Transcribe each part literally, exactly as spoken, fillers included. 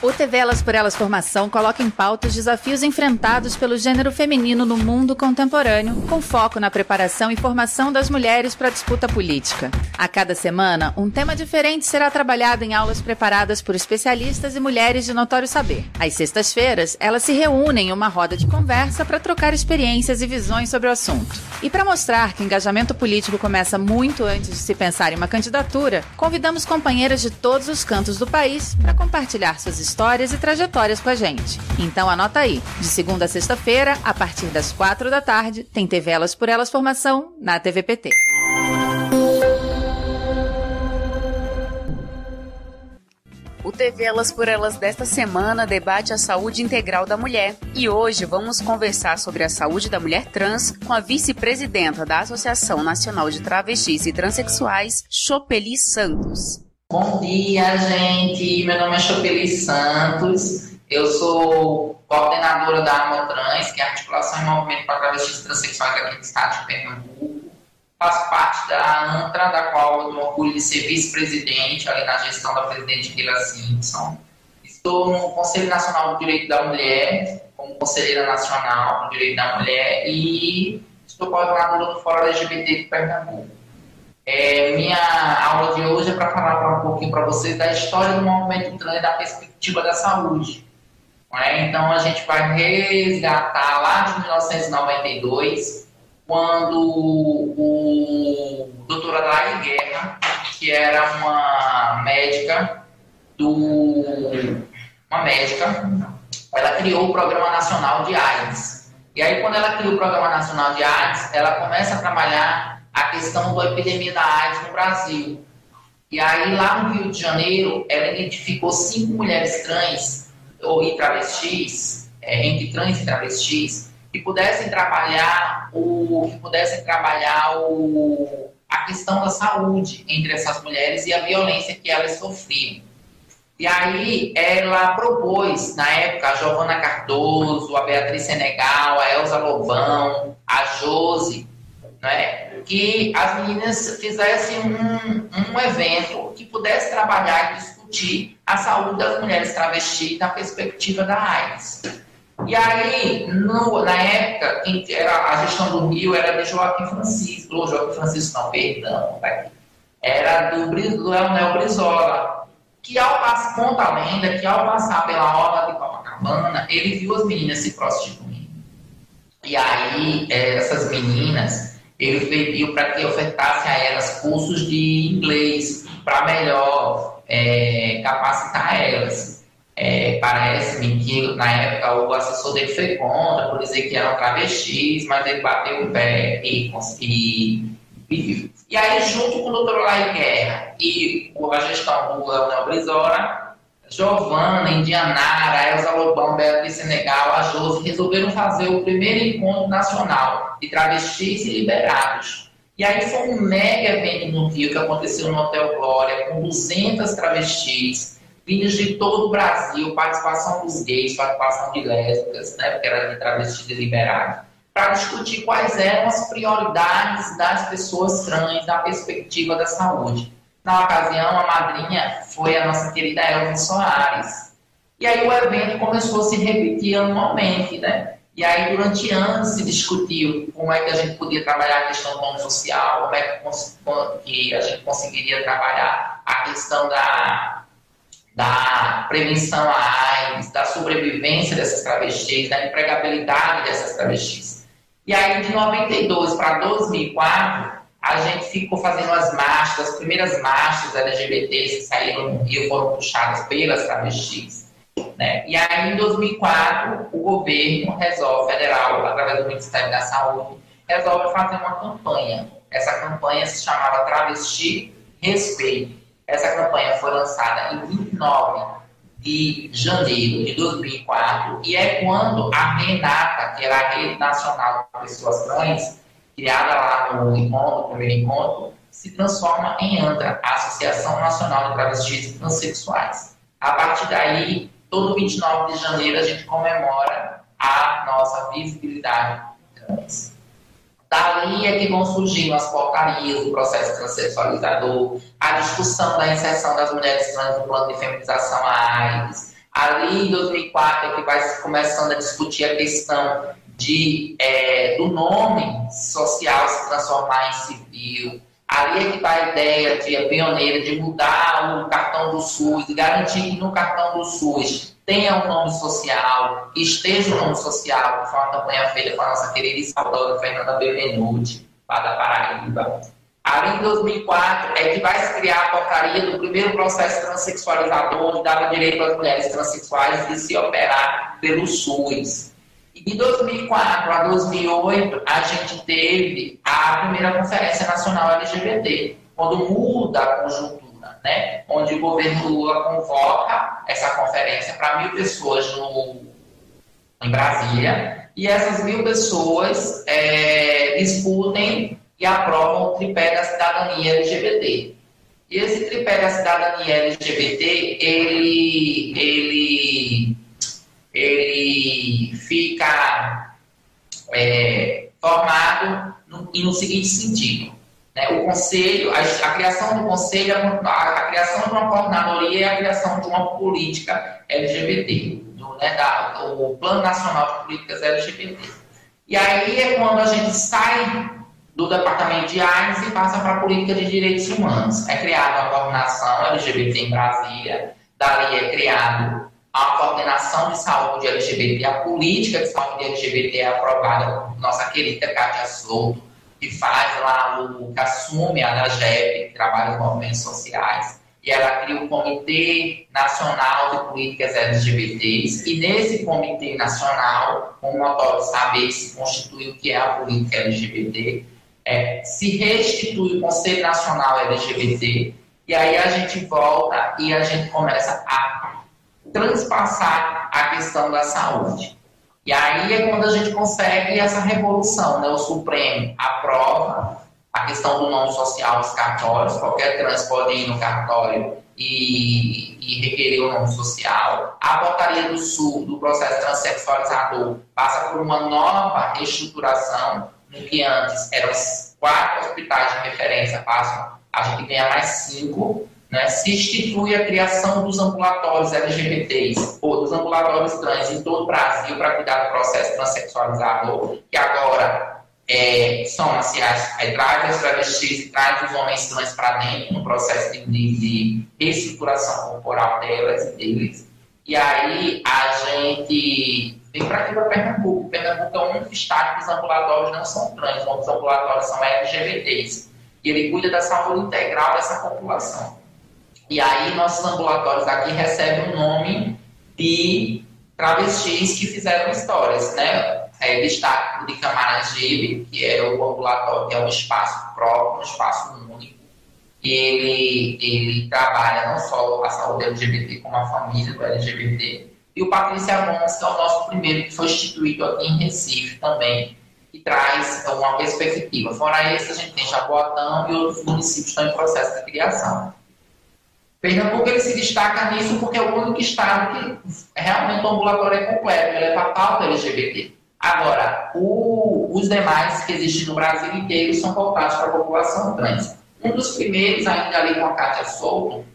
O T V Elas por Elas Formação coloca em pauta os desafios enfrentados pelo gênero feminino no mundo contemporâneo, com foco na preparação e formação das mulheres para a disputa política. A cada semana, um tema diferente será trabalhado em aulas preparadas por especialistas e mulheres de notório saber. Às sextas-feiras, elas se reúnem em uma roda de conversa para trocar experiências e visões sobre o assunto. E para mostrar que o engajamento político começa muito antes de se pensar em uma candidatura, convidamos companheiras de todos os cantos do país para compartilhar suas histórias histórias e trajetórias com a gente. Então anota aí, de segunda a sexta-feira, a partir das quatro da tarde, tem T V Elas por Elas Formação na T V P T. O T V Elas por Elas desta semana debate a saúde integral da mulher. E hoje vamos conversar sobre a saúde da mulher trans com a vice-presidenta da Associação Nacional de Travestis e Transsexuais, Chopeli Santos. Bom dia, gente. Meu nome é Chopeli Santos. Eu sou coordenadora da AMOTRANS, que é a Articulação e Movimento para Travestis e Transsexuais aqui do estado de Pernambuco. Faço parte da ANTRA, da qual eu tenho orgulho de ser vice-presidente, ali na gestão da presidente Keila Simpson. Estou no Conselho Nacional do Direito da Mulher, como conselheira nacional do Direito da Mulher, e estou coordenadora do Fórum L G B T de Pernambuco. É, minha aula de hoje é para falar um pouquinho para vocês da história do movimento trans e da perspectiva da saúde. É? Então a gente vai resgatar lá de mil novecentos e noventa e dois, quando o doutor Adelaide Guerra, que era uma médica do uma médica, ela criou o Programa Nacional de AIDS. E aí quando ela criou o Programa Nacional de AIDS, ela começa a trabalhar a questão da epidemia da AIDS no Brasil. E aí, lá no Rio de Janeiro, ela identificou cinco mulheres trans, ou e travestis, é, entre trans e travestis, que pudessem trabalhar, o, que pudessem trabalhar o, a questão da saúde entre essas mulheres e a violência que elas sofriam. E aí, ela propôs, na época, a Giovana Cardoso, a Beatriz Senegal, a Elza Lobão, a Josi, né, que as meninas fizessem um, um evento que pudesse trabalhar e discutir a saúde das mulheres travestis na perspectiva da AIDS. E aí, no, na época, quem era a gestão do Rio era de Joaquim Francisco, ou Joaquim Francisco não, perdão, era do, do Leonel Brizola, que ao passar, conta a lenda, que ao passar pela orla de Copacabana, ele viu as meninas se prostituindo. E aí, essas meninas, ele pediu para que ofertasse a elas cursos de inglês para melhor é, capacitar elas. É, Parece-me que na época o assessor dele foi contra, por dizer que eram travestis, mas ele bateu o pé e conseguiu. E, e aí, junto com o doutor Adelaide Guerra e a gestão do Leonel Brizola, Giovana, Indianara, Elza Lobão, Beatriz Senegal, a Josi, resolveram fazer o primeiro encontro nacional de travestis e liberados. E aí foi um mega evento no Rio que aconteceu no Hotel Glória, com duzentas travestis, vindas de todo o Brasil, participação dos gays, participação de lésbicas, né, porque era de travestis e liberados, para discutir quais eram as prioridades das pessoas trans na perspectiva da saúde. Na ocasião, a madrinha foi a nossa querida Elvin Soares. E aí o evento começou a se repetir anualmente, né? E aí, durante anos, se discutiu como é que a gente podia trabalhar a questão do plano social, como é que a gente conseguiria trabalhar a questão da, da prevenção à AIDS, da sobrevivência dessas travestis, da empregabilidade dessas travestis. E aí, de noventa e dois para dois mil e quatro, a gente ficou fazendo as marchas, as primeiras marchas L G B T que saíram no Rio foram puxadas pelas travestis. Né? E aí, em dois mil e quatro, o governo resolve, federal, através do Ministério da Saúde, resolve fazer uma campanha. Essa campanha se chamava Travesti Respeito. Essa campanha foi lançada em vinte e nove de janeiro de dois mil e quatro, e é quando a Renata, que era a Rede Nacional de Pessoas Trans, criada lá no encontro, no primeiro encontro, se transforma em ANTRA, a Associação Nacional de Travestis e Transsexuais. A partir daí, todo vinte e nove de janeiro, a gente comemora a nossa visibilidade trans. Dali é que vão surgindo as portarias do processo transexualizador, a discussão da inserção das mulheres trans no plano de feminização à AIDS, Ali em dois mil e quatro é que vai começando a discutir a questão de, é, do nome social se transformar em civil. Ali é que vai a ideia de a pioneira de mudar o cartão do SUS, de garantir que no cartão do SUS tenha um nome social, que esteja o nome social, que foi uma campanha feita com a nossa querida e saudosa Fernanda Bevenuti, lá da Paraíba. Ali em dois mil e quatro é que vai se criar a portaria do primeiro processo transexualizador, que dava direito às mulheres transexuais de se operar pelo SUS. E de dois mil e quatro a dois mil e oito, a gente teve a primeira Conferência Nacional L G B T, quando muda a conjuntura, né? Onde o governo Lula convoca essa conferência para mil pessoas no, em Brasília, e essas mil pessoas é, discutem e aprovam o tripé da cidadania L G B T. E esse tripé da cidadania L G B T, ele... ele ele fica é, formado no, no seguinte sentido, né? O conselho, a, a criação do conselho, a, a criação de uma coordenadoria e a criação de uma política L G B T, do, né, da, do Plano Nacional de Políticas L G B T. E aí é quando a gente sai do Departamento de AIDS e passa para a Política de Direitos Humanos. É criada uma coordenação L G B T em Brasília, dali é criado a coordenação de saúde L G B T, a política de saúde L G B T é aprovada por nossa querida Kátia Souto, que faz lá o, que assume a ANAGEP, que trabalha os movimentos sociais, e ela cria o Comitê Nacional de Políticas L G B Ts, e nesse Comitê Nacional, com o motor de saber se constitui o que é a política L G B T, é, se restitui o Conselho Nacional L G B T, e aí a gente volta e a gente começa a transpassar a questão da saúde. E aí é quando a gente consegue essa revolução, né? O Supremo aprova a questão do nome social nos cartórios, qualquer trans pode ir no cartório e, e requerer o nome social. A portaria do Sul, do processo transexualizador, passa por uma nova reestruturação, no que antes eram quatro hospitais de referência, passam, a gente ganha mais cinco. Né, se institui a criação dos ambulatórios L G B Ts ou dos ambulatórios trans em todo o Brasil para cuidar do processo transexualizador, que agora é, soma-se as, é, traz as travestis e traz os homens trans para dentro no processo de, de, de reestruturação corporal delas e deles. E aí a gente vem para aqui para Pernambuco. Pernambuco é o único estado que os ambulatórios não são trans, os ambulatórios são L G B Ts. E ele cuida da saúde integral dessa população. E aí nossos ambulatórios aqui recebem o nome de travestis que fizeram histórias, né? É, destaque de Camaragibe, que é o ambulatório, que é um espaço próprio, um espaço único. E ele, ele trabalha não só a saúde L G B T, como a família do L G B T. E o Patrícia Gomes, que é o nosso primeiro, que foi instituído aqui em Recife também, que traz uma perspectiva. Fora isso, a gente tem Jaboatão e outros municípios que estão em processo de criação. Pernambuco ele se destaca nisso porque é o único estado que realmente o ambulatório é completo, ele é para a pauta L G B T. Agora, o, os demais que existem no Brasil inteiro são voltados para a população trans. Um dos primeiros, ainda ali com a Kátia Souto,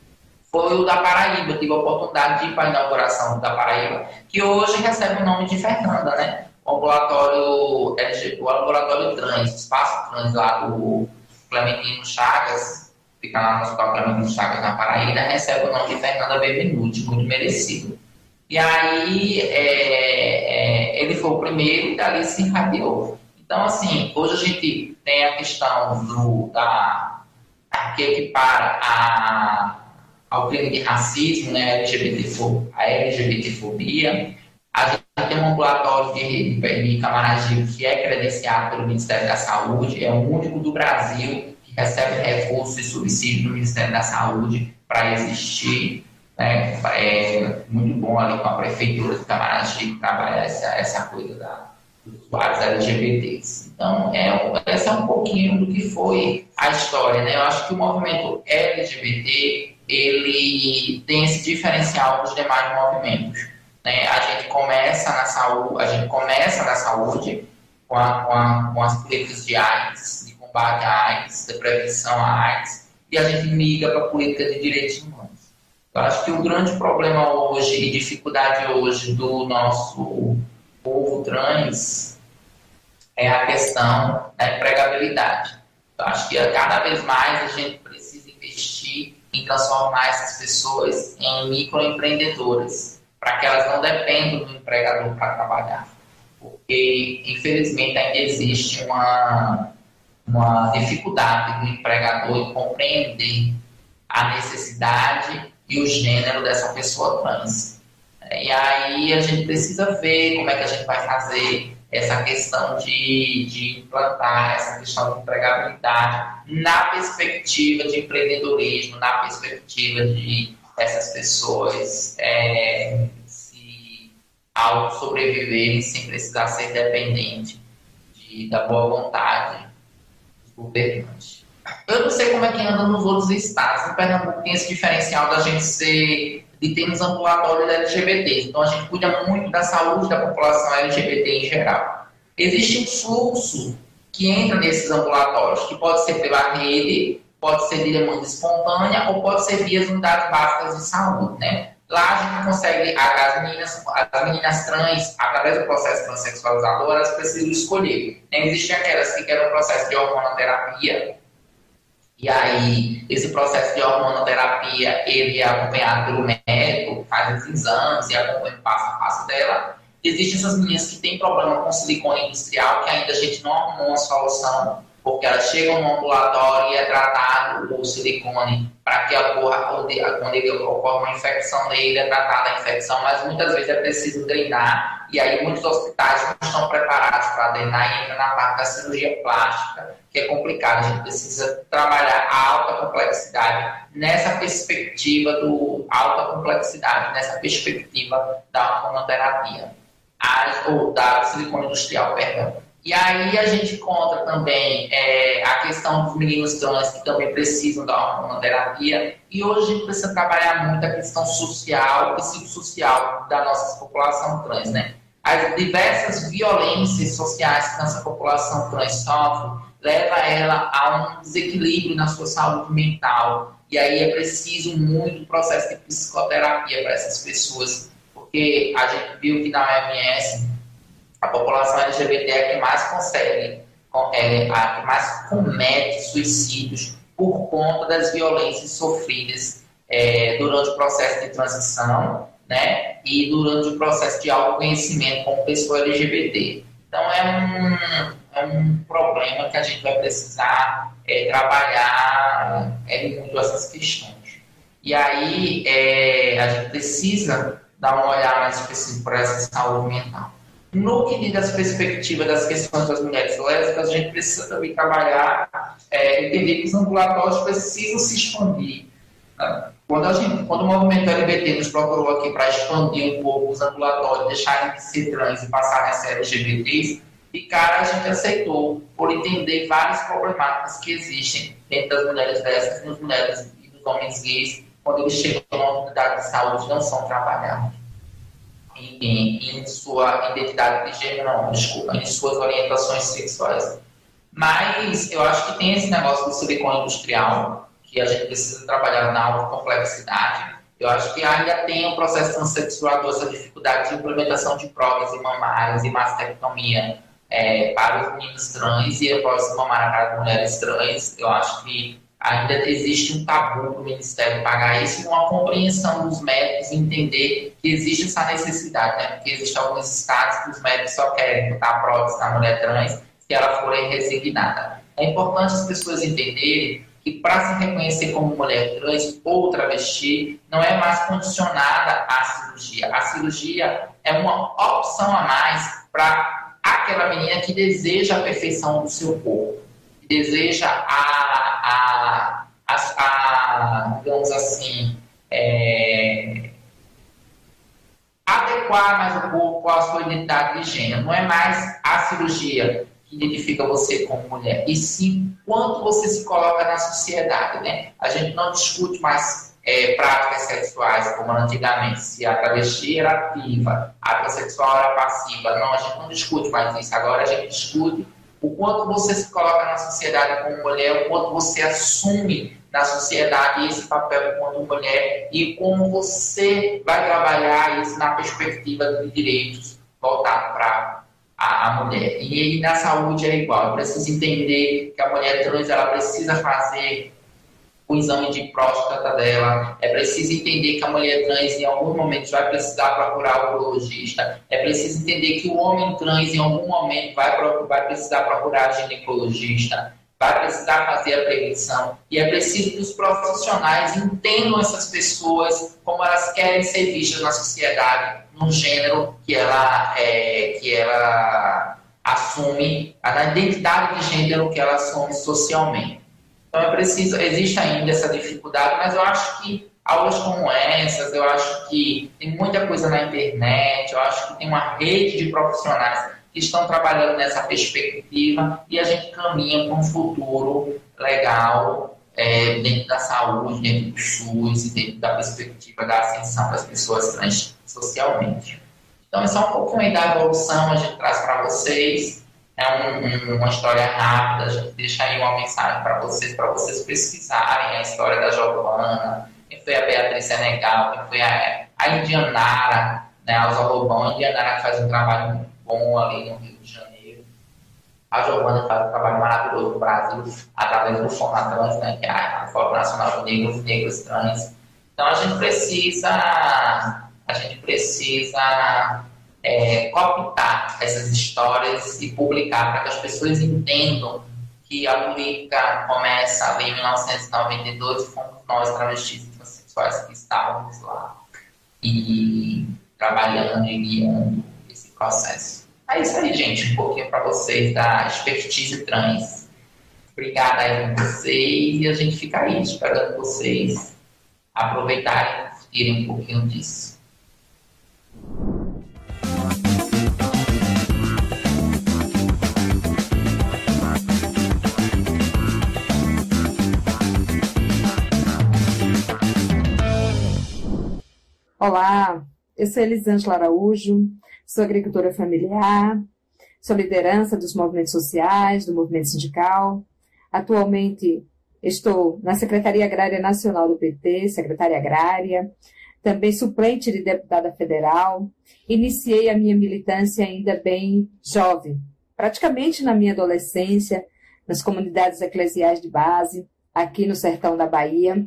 foi o da Paraíba. Tive a oportunidade de ir para a inauguração da Paraíba, que hoje recebe o nome de Fernanda, né? O ambulatório, L G B T, o ambulatório trans, o espaço trans lá do Clementino Chagas, fica lá no Hospital Clementino Chagas, na Paraíba, recebe o nome de Fernanda Bevenuti, muito merecido. E aí, é, é, ele foi o primeiro e dali se irradiou. Então, assim, hoje a gente tem a questão do, da, que equipara a, ao crime de racismo, né, a L G B T fobia. A gente tem um ambulatório de, de Camaragibe que é credenciado pelo Ministério da Saúde, é o único do Brasil recebe recursos e subsídios do Ministério da Saúde para existir. Né? É muito bom ali com a Prefeitura de Camaragibe trabalhar essa, essa coisa da, dos usuários L G B Ts. Então, é, essa é um pouquinho do que foi a história. Né? Eu acho que o movimento L G B T ele tem esse diferencial dos demais movimentos. Né? A gente começa na saúde, a gente começa na saúde com, a, com, a, com as políticas de AIDS, combate à AIDS, da prevenção à AIDS, e a gente migra para a política de direitos humanos. Eu acho que o grande problema hoje e dificuldade hoje do nosso povo trans é a questão da empregabilidade. Eu acho que cada vez mais a gente precisa investir em transformar essas pessoas em microempreendedoras, para que elas não dependam do empregador para trabalhar. Porque, infelizmente, ainda existe uma, uma dificuldade do empregador em compreender a necessidade e o gênero dessa pessoa trans. E aí a gente precisa ver como é que a gente vai fazer essa questão de, de implantar essa questão de empregabilidade na perspectiva de empreendedorismo, na perspectiva de essas pessoas é, se auto-sobreviverem sem precisar ser dependente de, da boa vontade dos governantes. Eu não sei como é que anda nos outros estados. No Pernambuco tem esse diferencial da gente ser, de termos ambulatório L G B T. Então a gente cuida muito da saúde da população L G B T em geral. Existe um fluxo que entra nesses ambulatórios, que pode ser pela rede, pode ser de demanda espontânea ou pode ser via unidades básicas de saúde, né? Lá a gente consegue, as meninas, as meninas trans, através do processo transexualizador, elas precisam escolher. Existem aquelas que querem o processo de hormonoterapia, e aí esse processo de hormonoterapia, ele é acompanhado pelo médico, faz os exames e acompanha o passo a passo dela. Existem essas meninas que têm problema com silicone industrial, que ainda a gente não arrumou uma solução, porque elas chegam no ambulatório e é tratado o silicone para que ocorra, quando ele ocorre uma infecção nele, é tratada a infecção, mas muitas vezes é preciso drenar, e aí muitos hospitais não estão preparados para drenar e entra na parte da cirurgia plástica, que é complicado. A gente precisa trabalhar a alta complexidade nessa perspectiva do alta complexidade, nessa perspectiva da hormonoterapia, ou da silicone industrial, perdão. E aí a gente encontra também é, a questão dos meninos trans que também precisam da hormonoterapia. E hoje a gente precisa trabalhar muito a questão social e psicossocial da nossa população trans, né? As diversas violências sociais que nossa população trans sofre leva ela a um desequilíbrio na sua saúde mental. E aí é preciso muito processo de psicoterapia para essas pessoas, porque a gente viu que na O M S a população L G B T é a que mais consegue, é a que mais comete suicídios por conta das violências sofridas é, durante o processo de transição, né, e durante o processo de autoconhecimento como pessoa L G B T. Então é um, é um problema que a gente vai precisar é, trabalhar é, muito essas questões. E aí é, a gente precisa dar uma olhada mais específica para essa saúde mental. No que diz as perspectivas das questões das mulheres lésbicas, a gente precisa também trabalhar, é, entender que os ambulatórios precisam se expandir. Né? Quando, a gente, quando o movimento L G B T nos procurou aqui para expandir um pouco os ambulatórios, deixarem de ser trans e passarem a ser L G B Ts, de cara a gente aceitou, por entender várias problemáticas que existem dentro das mulheres lésbicas, das mulheres e dos homens gays, quando eles chegam numa unidade de saúde, não são trabalhados. Em, em sua identidade de gênero, não, desculpa, em suas orientações sexuais. Mas eu acho que tem esse negócio do silicone industrial, que a gente precisa trabalhar na alta complexidade. Eu acho que ainda tem um processo transexuador, essa dificuldade de implementação de próteses mamárias e mastectomia é, para os meninos trans e a prótese mamária para as mulheres trans. Eu acho que ainda existe um tabu para o Ministério pagar isso e uma compreensão dos médicos entender que existe essa necessidade, né? Porque existem alguns estados que os médicos só querem botar a prótese na mulher trans se ela for resignada. É importante as pessoas entenderem que para se reconhecer como mulher trans ou travesti não é mais condicionada à cirurgia. A cirurgia é uma opção a mais para aquela menina que deseja a perfeição do seu corpo, que deseja a, a, a, a digamos assim, é, adequar mais o corpo à sua identidade de gênero. Não é mais a cirurgia que identifica você como mulher, e sim quanto você se coloca na sociedade, né? A gente não discute mais é, práticas sexuais como antigamente, se a travesti era ativa, a transexual era passiva. Não, a gente não discute mais isso. Agora a gente discute o quanto você se coloca na sociedade como mulher, o quanto você assume na sociedade esse papel quanto mulher e como você vai trabalhar isso na perspectiva de direitos voltado para a, a mulher. E, e na saúde é igual, precisa entender que a mulher trans ela precisa fazer o exame de próstata dela, é preciso entender que a mulher trans em algum momento vai precisar procurar o urologista, é preciso entender que o homem trans em algum momento vai, vai precisar procurar ginecologista, vai precisar fazer a prevenção, e é preciso que os profissionais entendam essas pessoas como elas querem ser vistas na sociedade, no gênero que ela, é, que ela assume, na identidade de gênero que ela assume socialmente. Então é preciso, existe ainda essa dificuldade, mas eu acho que aulas como essas, eu acho que tem muita coisa na internet, eu acho que tem uma rede de profissionais que estão trabalhando nessa perspectiva e a gente caminha para um futuro legal é, dentro da saúde, dentro do SUS e dentro da perspectiva da ascensão das pessoas trans socialmente. Então é só um pouquinho aí da evolução, a gente traz para vocês. É um, um, uma história rápida, a gente deixa aí uma mensagem para vocês, para vocês pesquisarem a história da Giovana, quem foi a Beatriz Senegal, quem foi a, a Indianara, né, a Elza Lobão, a Indianara que faz um trabalho muito bom ali no Rio de Janeiro. A Giovana faz um trabalho maravilhoso no Brasil, através do Fornatrans, né, que é a Fórum Nacional de Negros e Negras Trans. Então a gente precisa, a gente precisa É, cooptar essas histórias e publicar para que as pessoas entendam que a política começa ali em mil novecentos e noventa e dois, fomos nós, travestis e transexuais, que estávamos lá e trabalhando e guiando esse processo. É isso aí, gente, um pouquinho para vocês da expertise trans. Obrigada aí por vocês e a gente fica aí esperando vocês aproveitarem e curtirem um pouquinho disso. Olá, eu sou Elisângela Araújo, sou agricultora familiar, sou liderança dos movimentos sociais, do movimento sindical. Atualmente estou na Secretaria Agrária Nacional do P T, secretária agrária, também suplente de deputada federal. Iniciei a minha militância ainda bem jovem, praticamente na minha adolescência, nas comunidades eclesiais de base, aqui no sertão da Bahia,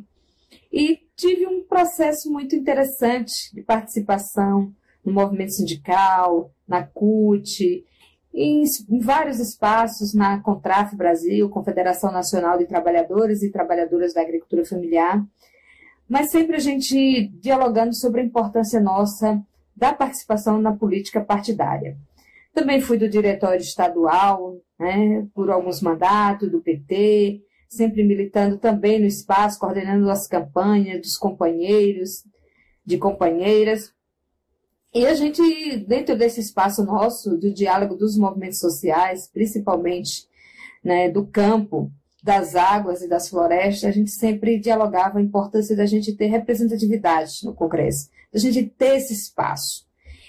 e tive um processo muito interessante de participação no movimento sindical, na C U T, em, em vários espaços, na CONTRAF Brasil, Confederação Nacional de Trabalhadores e Trabalhadoras da Agricultura Familiar, mas sempre a gente dialogando sobre a importância nossa da participação na política partidária. Também fui do diretório estadual, né, por alguns mandatos do P T, sempre militando também no espaço, coordenando as campanhas dos companheiros, de companheiras. E a gente, dentro desse espaço nosso, do diálogo dos movimentos sociais, principalmente, né, do campo, das águas e das florestas, a gente sempre dialogava a importância da gente ter representatividade no Congresso, da gente ter esse espaço.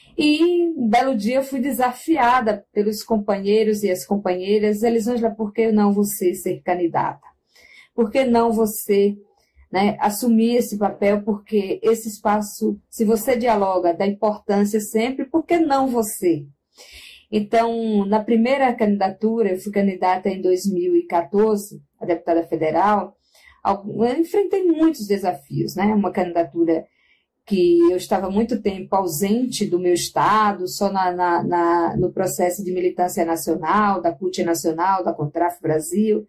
E um belo dia eu fui desafiada pelos companheiros e as companheiras: Elisângela, por que não você ser candidata? Por que não você, né, assumir esse papel? Porque esse espaço, se você dialoga, dá importância sempre, por que não você? Então, na primeira candidatura, eu fui candidata em dois mil e quatorze, a deputada federal, eu enfrentei muitos desafios, né? Uma candidatura que eu estava muito tempo ausente do meu estado, só na, na, na, no processo de militância nacional, da C U T nacional, da CONTRAF Brasil,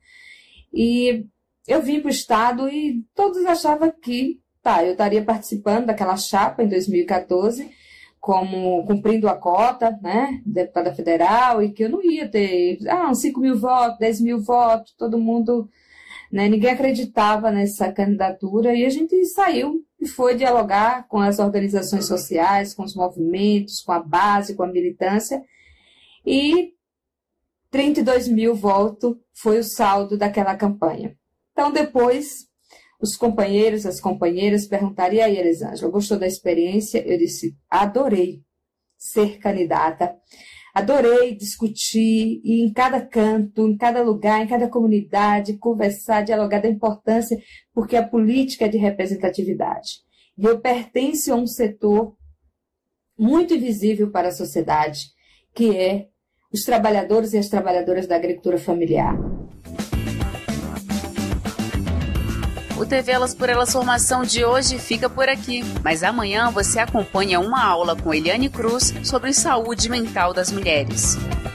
e eu vim para o estado e todos achavam que, tá, eu estaria participando daquela chapa em dois mil e quatorze, como cumprindo a cota, né, deputada federal, e que eu não ia ter, ah, uns cinco mil votos, dez mil votos, todo mundo, né, ninguém acreditava nessa candidatura, e a gente saiu e foi dialogar com as organizações sociais, com os movimentos, com a base, com a militância, e trinta e dois mil votos foi o saldo daquela campanha. Então, depois, os companheiros, as companheiras perguntaram: e aí, Elisângela, gostou da experiência? Eu disse: adorei ser candidata, Adorei discutir e em cada canto, em cada lugar, em cada comunidade, conversar, dialogar da importância, porque a política é de representatividade. E eu pertenço a um setor muito invisível para a sociedade, que é os trabalhadores e as trabalhadoras da agricultura familiar. O T V Elas por Elas Formação de hoje fica por aqui, mas amanhã você acompanha uma aula com Eliane Cruz sobre saúde mental das mulheres.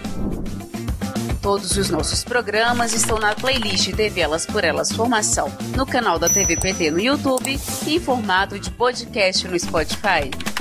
Todos os nossos programas estão na playlist T V Elas por Elas Formação, no canal da T V P T no YouTube e em formato de podcast no Spotify.